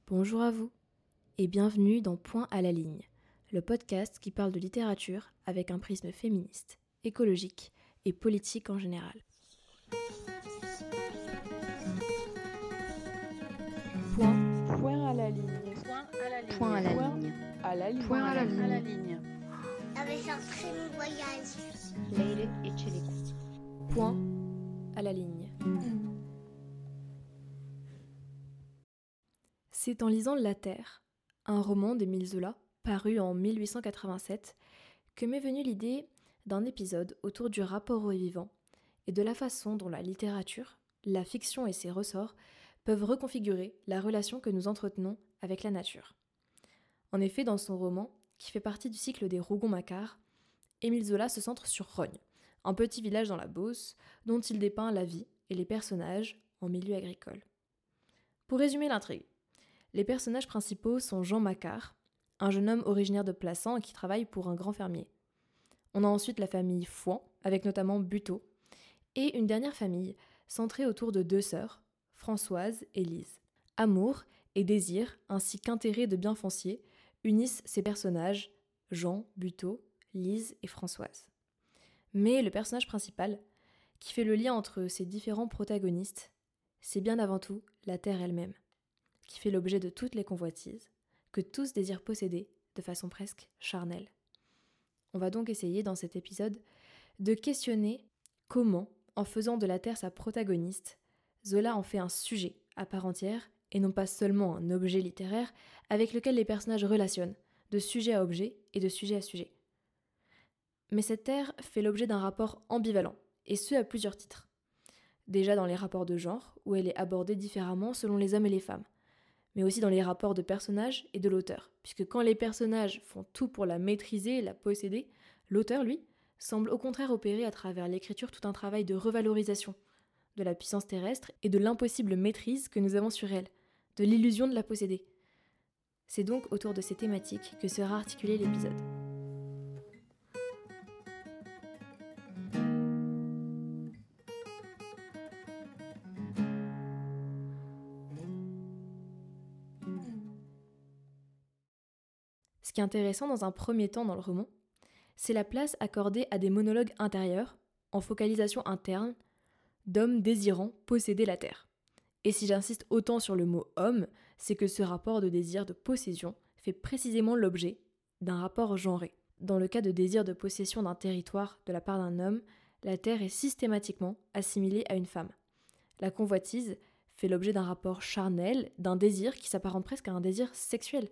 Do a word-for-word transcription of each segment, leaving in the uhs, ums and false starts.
Bonjour à vous et bienvenue dans Point à la ligne, le podcast qui parle de littérature avec un prisme féministe, écologique et politique en général. Point. Point à la ligne. Point à la ligne. Point à la ligne. À la ligne. Point à la ligne. À la ligne. Avec un très voyage. Leyre et Çelik. Point à la ligne. C'est en lisant La Terre, un roman d'Émile Zola, paru en mille huit cent quatre-vingt-sept, que m'est venue l'idée d'un épisode autour du rapport au vivant et de la façon dont la littérature, la fiction et ses ressorts peuvent reconfigurer la relation que nous entretenons avec la nature. En effet, dans son roman, qui fait partie du cycle des Rougon-Macquart, Émile Zola se centre sur Rognes, un petit village dans la Beauce dont il dépeint la vie et les personnages en milieu agricole. Pour résumer l'intrigue, les personnages principaux sont Jean Macquart, un jeune homme originaire de Plassans et qui travaille pour un grand fermier. On a ensuite la famille Fouan, avec notamment Buteau, et une dernière famille centrée autour de deux sœurs, Françoise et Lise. Amour et désir, ainsi qu'intérêt de biens fonciers, unissent ces personnages, Jean, Buteau, Lise et Françoise. Mais le personnage principal, qui fait le lien entre ces différents protagonistes, c'est bien avant tout la terre elle-même, qui fait l'objet de toutes les convoitises, que tous désirent posséder de façon presque charnelle. On va donc essayer dans cet épisode de questionner comment, en faisant de la terre sa protagoniste, Zola en fait un sujet à part entière et non pas seulement un objet littéraire avec lequel les personnages relationnent, de sujet à objet et de sujet à sujet. Mais cette terre fait l'objet d'un rapport ambivalent, et ce à plusieurs titres. Déjà dans les rapports de genre, où elle est abordée différemment selon les hommes et les femmes, mais aussi dans les rapports de personnages et de l'auteur, puisque quand les personnages font tout pour la maîtriser et la posséder, l'auteur, lui, semble au contraire opérer à travers l'écriture tout un travail de revalorisation de la puissance terrestre et de l'impossible maîtrise que nous avons sur elle, de l'illusion de la posséder. C'est donc autour de ces thématiques que sera articulé l'épisode. Ce qui est intéressant dans un premier temps dans le roman, c'est la place accordée à des monologues intérieurs, en focalisation interne, d'hommes désirant posséder la terre. Et si j'insiste autant sur le mot « homme », c'est que ce rapport de désir de possession fait précisément l'objet d'un rapport genré. Dans le cas de désir de possession d'un territoire de la part d'un homme, la terre est systématiquement assimilée à une femme. La convoitise fait l'objet d'un rapport charnel, d'un désir qui s'apparente presque à un désir sexuel.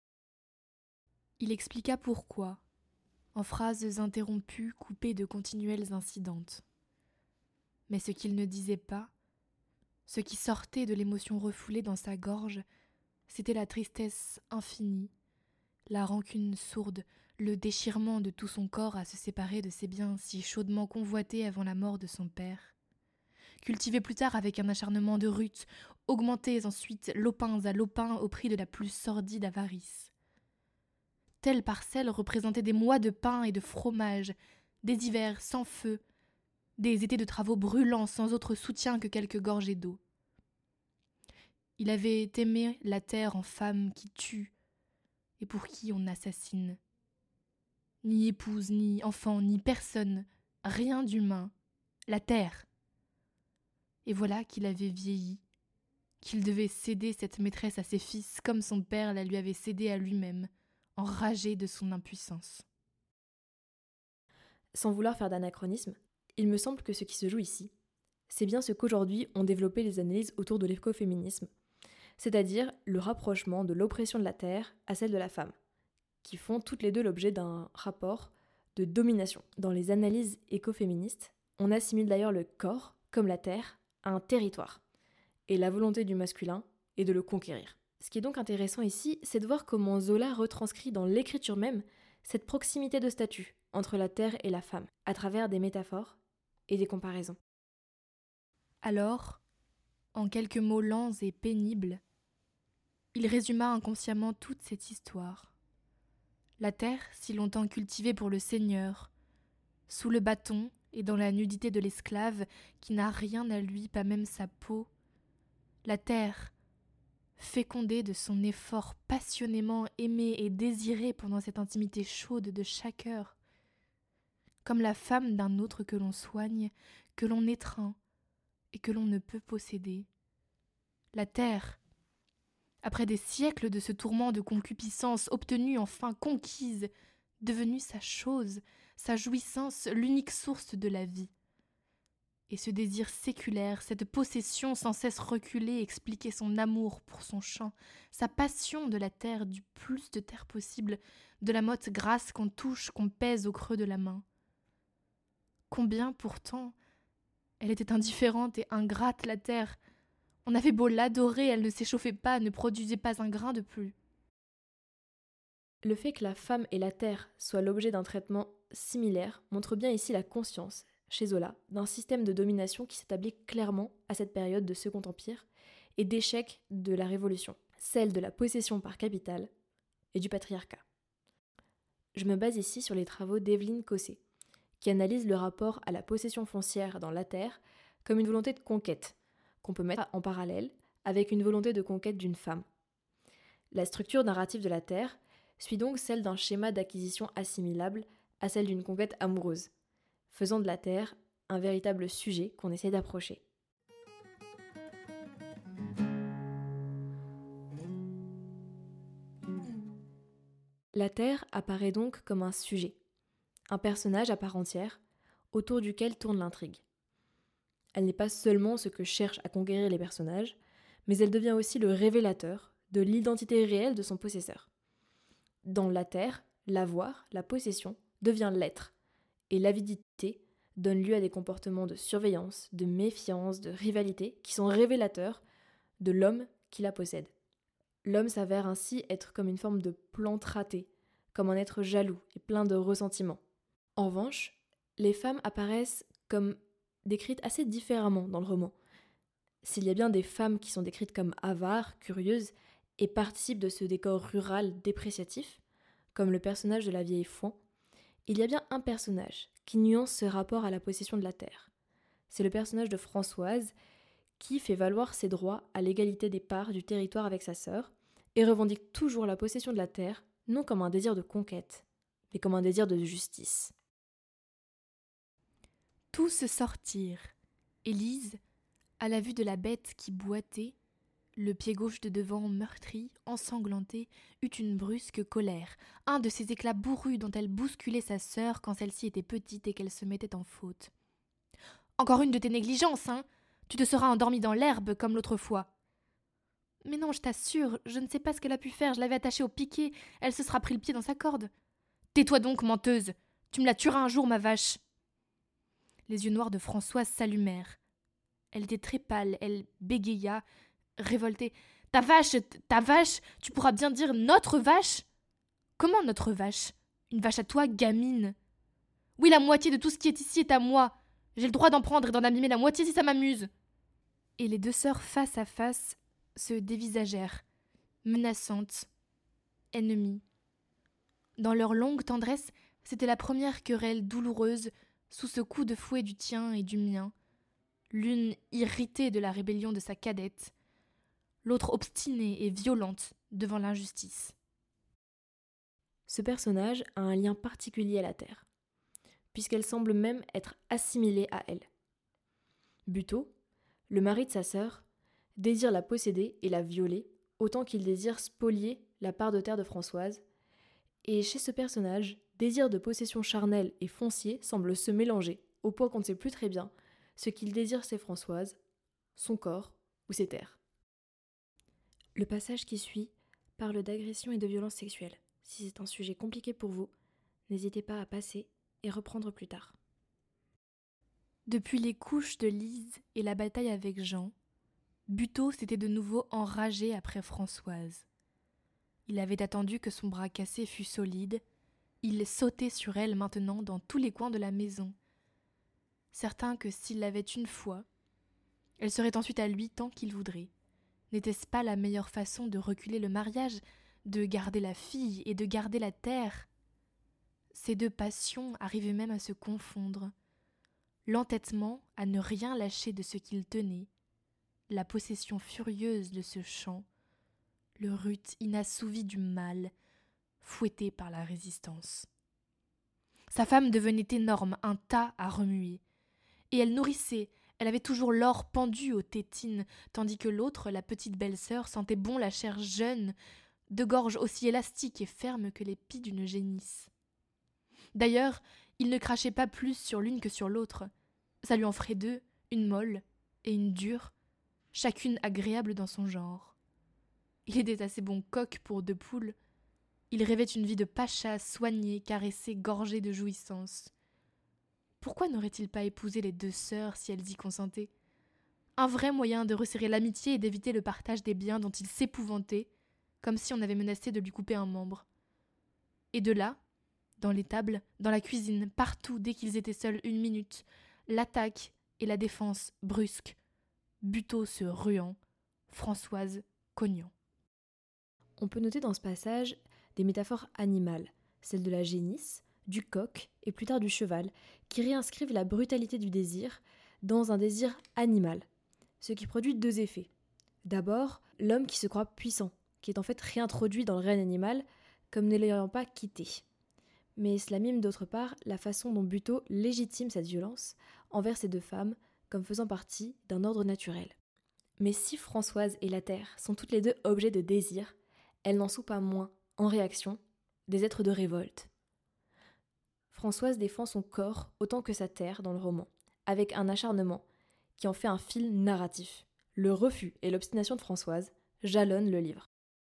Il expliqua pourquoi, en phrases interrompues coupées de continuelles incidentes. Mais ce qu'il ne disait pas, ce qui sortait de l'émotion refoulée dans sa gorge, c'était la tristesse infinie, la rancune sourde, le déchirement de tout son corps à se séparer de ses biens si chaudement convoités avant la mort de son père. Cultivés plus tard avec un acharnement de rut, augmentés ensuite lopins à lopins au prix de la plus sordide avarice. Telles parcelles représentaient des mois de pain et de fromage, des hivers sans feu, des étés de travaux brûlants sans autre soutien que quelques gorgées d'eau. Il avait aimé la terre en femme qui tue et pour qui on assassine. Ni épouse, ni enfant, ni personne, rien d'humain, la terre. Et voilà qu'il avait vieilli, qu'il devait céder cette maîtresse à ses fils comme son père la lui avait cédée à lui-même, enragé de son impuissance. Sans vouloir faire d'anachronisme, il me semble que ce qui se joue ici, c'est bien ce qu'aujourd'hui ont développé les analyses autour de l'écoféminisme, c'est-à-dire le rapprochement de l'oppression de la terre à celle de la femme, qui font toutes les deux l'objet d'un rapport de domination. Dans les analyses écoféministes, on assimile d'ailleurs le corps, comme la terre, à un territoire, et la volonté du masculin est de le conquérir. Ce qui est donc intéressant ici, c'est de voir comment Zola retranscrit dans l'écriture même cette proximité de statut entre la terre et la femme, à travers des métaphores et des comparaisons. Alors, en quelques mots lents et pénibles, il résuma inconsciemment toute cette histoire. La terre, si longtemps cultivée pour le Seigneur, sous le bâton et dans la nudité de l'esclave qui n'a rien à lui, pas même sa peau, la terre, fécondée de son effort passionnément aimé et désiré pendant cette intimité chaude de chaque heure, comme la femme d'un autre que l'on soigne, que l'on étreint et que l'on ne peut posséder. La terre, après des siècles de ce tourment de concupiscence, obtenue enfin conquise, devenue sa chose, sa jouissance, l'unique source de la vie. Et ce désir séculaire, cette possession sans cesse reculée, expliquait son amour pour son champ, sa passion de la terre, du plus de terre possible, de la motte grasse qu'on touche, qu'on pèse au creux de la main. Combien, pourtant, elle était indifférente et ingrate, la terre. On avait beau l'adorer, elle ne s'échauffait pas, ne produisait pas un grain de plus. Le fait que la femme et la terre soient l'objet d'un traitement similaire montre bien ici la conscience, chez Zola, d'un système de domination qui s'établit clairement à cette période de Second Empire et d'échec de la Révolution, celle de la possession par capital et du patriarcat. Je me base ici sur les travaux d'Evelyne Cossé, qui analyse le rapport à la possession foncière dans la terre comme une volonté de conquête, qu'on peut mettre en parallèle avec une volonté de conquête d'une femme. La structure narrative de la terre suit donc celle d'un schéma d'acquisition assimilable à celle d'une conquête amoureuse, faisant de la terre un véritable sujet qu'on essaie d'approcher. La terre apparaît donc comme un sujet, un personnage à part entière, autour duquel tourne l'intrigue. Elle n'est pas seulement ce que cherchent à conquérir les personnages, mais elle devient aussi le révélateur de l'identité réelle de son possesseur. Dans la terre, l'avoir, la possession, devient l'être, et l'avidité donne lieu à des comportements de surveillance, de méfiance, de rivalité, qui sont révélateurs de l'homme qui la possède. L'homme s'avère ainsi être comme une forme de plante ratée, comme un être jaloux et plein de ressentiments. En revanche, les femmes apparaissent comme décrites assez différemment dans le roman. S'il y a bien des femmes qui sont décrites comme avares, curieuses, et participent de ce décor rural dépréciatif, comme le personnage de la vieille Fouan, il y a bien un personnage qui nuance ce rapport à la possession de la terre. C'est le personnage de Françoise, qui fait valoir ses droits à l'égalité des parts du territoire avec sa sœur, et revendique toujours la possession de la terre, non comme un désir de conquête, mais comme un désir de justice. Tous sortirent. Élise, à la vue de la bête qui boitait, le pied gauche de devant meurtri, ensanglanté, eut une brusque colère, un de ces éclats bourrus dont elle bousculait sa sœur quand celle-ci était petite et qu'elle se mettait en faute. « Encore une de tes négligences, hein ? Tu te seras endormie dans l'herbe comme l'autre fois. »« Mais non, je t'assure, je ne sais pas ce qu'elle a pu faire, je l'avais attachée au piquet, elle se sera pris le pied dans sa corde. »« Tais-toi donc, menteuse, tu me la tueras un jour, ma vache !» Les yeux noirs de Françoise s'allumèrent. Elle était très pâle, elle bégaya, révoltée. « Ta vache, ta vache, tu pourras bien dire notre vache ? Comment notre vache ? Une vache à toi, gamine ? Oui, la moitié de tout ce qui est ici est à moi. J'ai le droit d'en prendre et d'en abîmer la moitié si ça m'amuse. » Et les deux sœurs face à face se dévisagèrent, menaçantes, ennemies. Dans leur longue tendresse, c'était la première querelle douloureuse sous ce coup de fouet du tien et du mien, l'une irritée de la rébellion de sa cadette, l'autre obstinée et violente devant l'injustice. Ce personnage a un lien particulier à la terre, puisqu'elle semble même être assimilée à elle. Buteau, le mari de sa sœur, désire la posséder et la violer, autant qu'il désire spolier la part de terre de Françoise, et chez ce personnage, désir de possession charnelle et foncier semble se mélanger, au point qu'on ne sait plus très bien ce qu'il désire c'est Françoise, son corps ou ses terres. Le passage qui suit parle d'agression et de violence sexuelle. Si c'est un sujet compliqué pour vous, n'hésitez pas à passer et reprendre plus tard. Depuis les couches de Lise et la bataille avec Jean, Buteau s'était de nouveau enragé après Françoise. Il avait attendu que son bras cassé fût solide. Il sautait sur elle maintenant dans tous les coins de la maison, certain que s'il l'avait une fois, elle serait ensuite à lui tant qu'il voudrait. N'était-ce pas la meilleure façon de reculer le mariage, de garder la fille et de garder la terre ? Ces deux passions arrivaient même à se confondre. L'entêtement à ne rien lâcher de ce qu'il tenait, la possession furieuse de ce champ, le rut inassouvi du mal, fouetté par la résistance. Sa femme devenait énorme, un tas à remuer. Et elle nourrissait, elle avait toujours l'or pendu aux tétines, tandis que l'autre, la petite belle-sœur, sentait bon la chair jeune, de gorge aussi élastique et ferme que les pis d'une génisse. D'ailleurs, il ne crachait pas plus sur l'une que sur l'autre. Ça lui en ferait deux, une molle et une dure, chacune agréable dans son genre. Il était assez bon coq pour deux poules. Il rêvait une vie de pacha soignée, caressée, gorgée de jouissance. Pourquoi n'aurait-il pas épousé les deux sœurs si elles y consentaient ? Un vrai moyen de resserrer l'amitié et d'éviter le partage des biens dont il s'épouvantait, comme si on avait menacé de lui couper un membre. Et de là, dans l'étable, dans la cuisine, partout, dès qu'ils étaient seuls une minute, l'attaque et la défense brusques, Buteau se ruant, Françoise cognant. On peut noter dans ce passage des métaphores animales, celles de la génisse, du coq et plus tard du cheval, qui réinscrivent la brutalité du désir dans un désir animal, ce qui produit deux effets. D'abord, l'homme qui se croit puissant, qui est en fait réintroduit dans le règne animal comme ne l'ayant pas quitté. Mais cela mime d'autre part la façon dont Buteau légitime cette violence envers ces deux femmes comme faisant partie d'un ordre naturel. Mais si Françoise et la terre sont toutes les deux objets de désir, elles n'en sont pas moins, en réaction, des êtres de révolte. Françoise défend son corps autant que sa terre dans le roman, avec un acharnement qui en fait un fil narratif. Le refus et l'obstination de Françoise jalonnent le livre.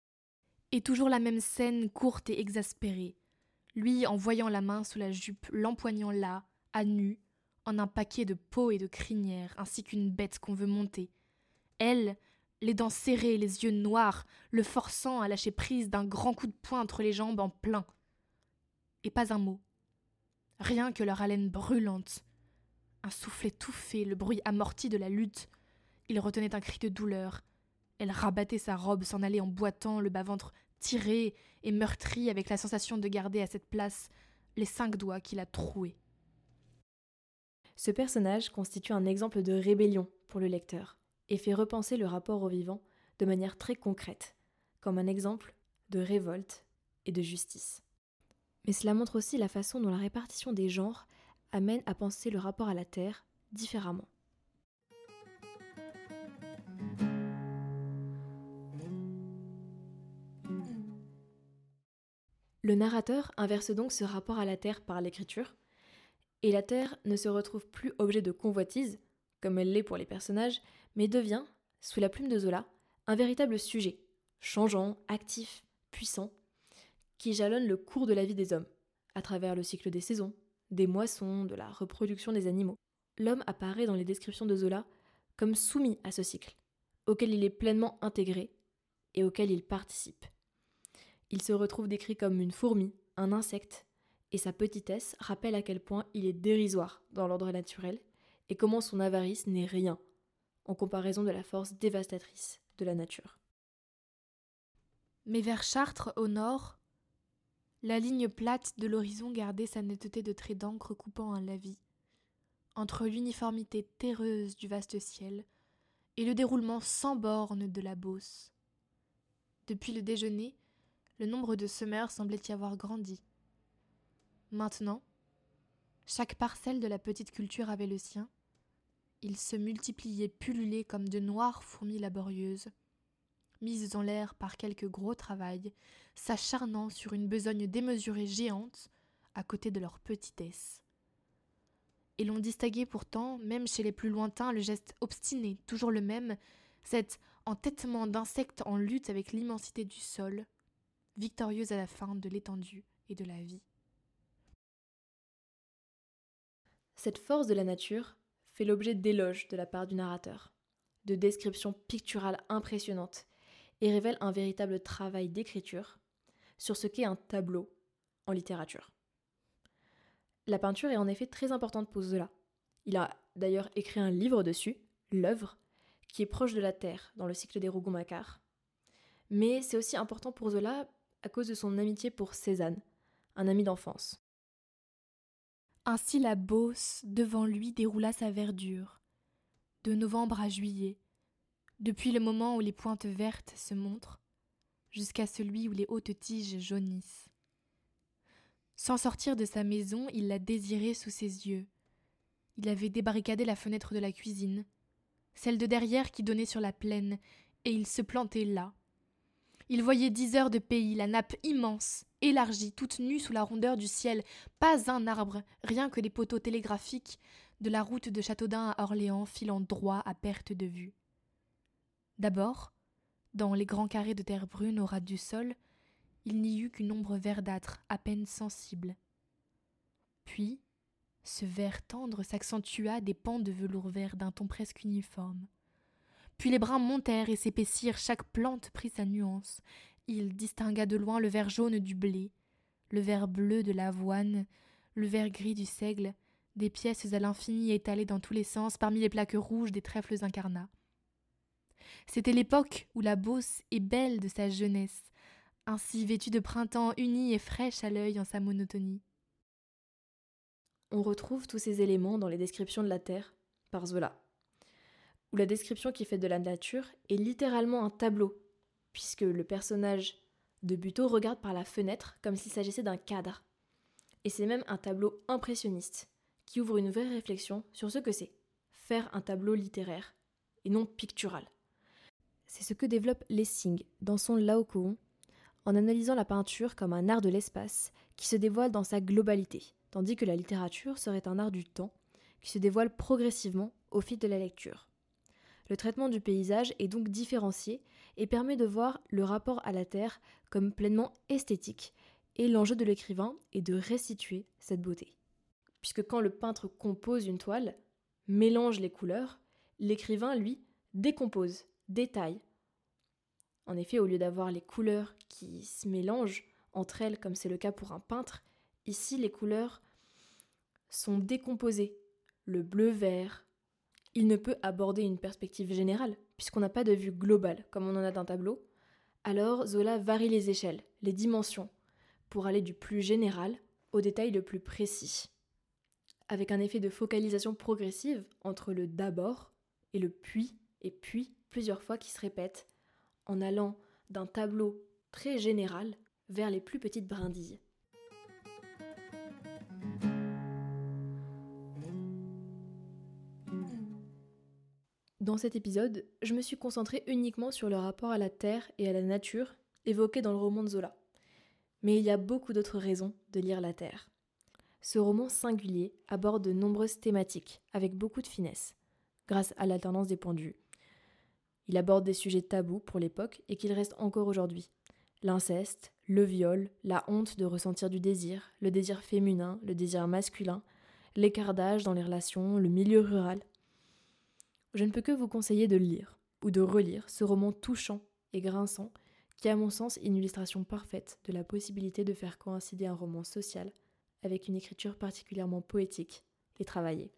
Et toujours la même scène courte et exaspérée. Lui en voyant la main sous la jupe, l'empoignant là, à nu, en un paquet de peaux et de crinières, ainsi qu'une bête qu'on veut monter. Elle, les dents serrées, les yeux noirs, le forçant à lâcher prise d'un grand coup de poing entre les jambes en plein. Et pas un mot. Rien que leur haleine brûlante. Un souffle étouffé, le bruit amorti de la lutte. Il retenait un cri de douleur. Elle rabattait sa robe, s'en allait en boitant, le bas-ventre tiré et meurtri, avec la sensation de garder à cette place les cinq doigts qu'il a troués. Ce personnage constitue un exemple de rébellion pour le lecteur et fait repenser le rapport au vivant de manière très concrète, comme un exemple de révolte et de justice. Mais cela montre aussi la façon dont la répartition des genres amène à penser le rapport à la terre différemment. Le narrateur inverse donc ce rapport à la terre par l'écriture, et la terre ne se retrouve plus objet de convoitise, comme elle l'est pour les personnages, mais devient, sous la plume de Zola, un véritable sujet, changeant, actif, puissant, qui jalonne le cours de la vie des hommes, à travers le cycle des saisons, des moissons, de la reproduction des animaux. L'homme apparaît dans les descriptions de Zola comme soumis à ce cycle, auquel il est pleinement intégré et auquel il participe. Il se retrouve décrit comme une fourmi, un insecte, et sa petitesse rappelle à quel point il est dérisoire dans l'ordre naturel et comment son avarice n'est rien en comparaison de la force dévastatrice de la nature. Mais vers Chartres, au nord, la ligne plate de l'horizon gardait sa netteté de traits d'encre coupant un lavis, entre l'uniformité terreuse du vaste ciel et le déroulement sans bornes de la Beauce. Depuis le déjeuner, le nombre de semeurs semblait y avoir grandi. Maintenant, chaque parcelle de la petite culture avait le sien. Ils se multipliaient, pullulaient comme de noires fourmis laborieuses, mises en l'air par quelque gros travail, s'acharnant sur une besogne démesurée géante à côté de leur petitesse. Et l'on distinguait pourtant, même chez les plus lointains, le geste obstiné, toujours le même, cet entêtement d'insectes en lutte avec l'immensité du sol, victorieuse à la fin de l'étendue et de la vie. Cette force de la nature fait l'objet d'éloges de la part du narrateur, de descriptions picturales impressionnantes, et révèle un véritable travail d'écriture sur ce qu'est un tableau en littérature. La peinture est en effet très importante pour Zola. Il a d'ailleurs écrit un livre dessus, L'œuvre, qui est proche de la terre dans le cycle des Rougon-Macquart. Mais c'est aussi important pour Zola à cause de son amitié pour Cézanne, un ami d'enfance. Ainsi la Beauce devant lui déroula sa verdure, de novembre à juillet, depuis le moment où les pointes vertes se montrent, jusqu'à celui où les hautes tiges jaunissent. Sans sortir de sa maison, il la désirait sous ses yeux. Il avait débarricadé la fenêtre de la cuisine, celle de derrière qui donnait sur la plaine, et il se plantait là. Il voyait dix heures de pays, la nappe immense, élargie, toute nue sous la rondeur du ciel, pas un arbre, rien que les poteaux télégraphiques de la route de Châteaudun à Orléans filant droit à perte de vue. D'abord, dans les grands carrés de terre brune au ras du sol, il n'y eut qu'une ombre verdâtre, à peine sensible. Puis, ce vert tendre s'accentua des pans de velours vert d'un ton presque uniforme. Puis les brins montèrent et s'épaissirent, chaque plante prit sa nuance. Il distingua de loin le vert jaune du blé, le vert bleu de l'avoine, le vert gris du seigle, des pièces à l'infini étalées dans tous les sens parmi les plaques rouges des trèfles incarnats. C'était l'époque où la Beauce est belle de sa jeunesse, ainsi vêtue de printemps unie et fraîche à l'œil en sa monotonie. On retrouve tous ces éléments dans les descriptions de la Terre par Zola, où la description qui fait de la nature est littéralement un tableau, puisque le personnage de Buteau regarde par la fenêtre comme s'il s'agissait d'un cadre. Et c'est même un tableau impressionniste, qui ouvre une vraie réflexion sur ce que c'est, faire un tableau littéraire, et non pictural. C'est ce que développe Lessing dans son Laocoon, en analysant la peinture comme un art de l'espace qui se dévoile dans sa globalité, tandis que la littérature serait un art du temps qui se dévoile progressivement au fil de la lecture. Le traitement du paysage est donc différencié et permet de voir le rapport à la terre comme pleinement esthétique, et l'enjeu de l'écrivain est de restituer cette beauté. Puisque quand le peintre compose une toile, mélange les couleurs, l'écrivain, lui, décompose, détaille. En effet, au lieu d'avoir les couleurs qui se mélangent entre elles, comme c'est le cas pour un peintre, ici les couleurs sont décomposées. Le bleu-vert, il ne peut aborder une perspective générale, puisqu'on n'a pas de vue globale, comme on en a d'un tableau. Alors Zola varie les échelles, les dimensions, pour aller du plus général au détail le plus précis, avec un effet de focalisation progressive entre le d'abord et le puis, et puis plusieurs fois qui se répètent, en allant d'un tableau très général vers les plus petites brindilles. Dans cet épisode, je me suis concentrée uniquement sur le rapport à la terre et à la nature évoqué dans le roman de Zola. Mais il y a beaucoup d'autres raisons de lire La Terre. Ce roman singulier aborde de nombreuses thématiques avec beaucoup de finesse, grâce à l'alternance des points de vue. Il aborde des sujets tabous pour l'époque et qu'ils restent encore aujourd'hui. L'inceste, le viol, la honte de ressentir du désir, le désir féminin, le désir masculin, l'écart d'âge dans les relations, le milieu rural. Je ne peux que vous conseiller de lire ou de relire ce roman touchant et grinçant qui, à mon sens, est une illustration parfaite de la possibilité de faire coïncider un roman social avec une écriture particulièrement poétique et travaillée.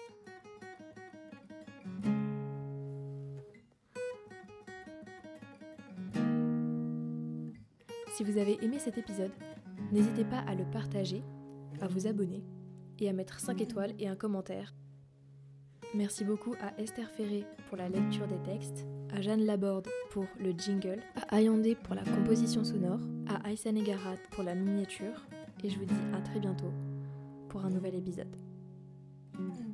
Si vous avez aimé cet épisode, n'hésitez pas à le partager, à vous abonner et à mettre cinq étoiles et un commentaire. Merci beaucoup à Esther Ferré pour la lecture des textes, à Jeanne Laborde pour le jingle, à Ayandé pour la composition sonore, à Aïssa Negarat pour la miniature, et je vous dis à très bientôt pour un nouvel épisode.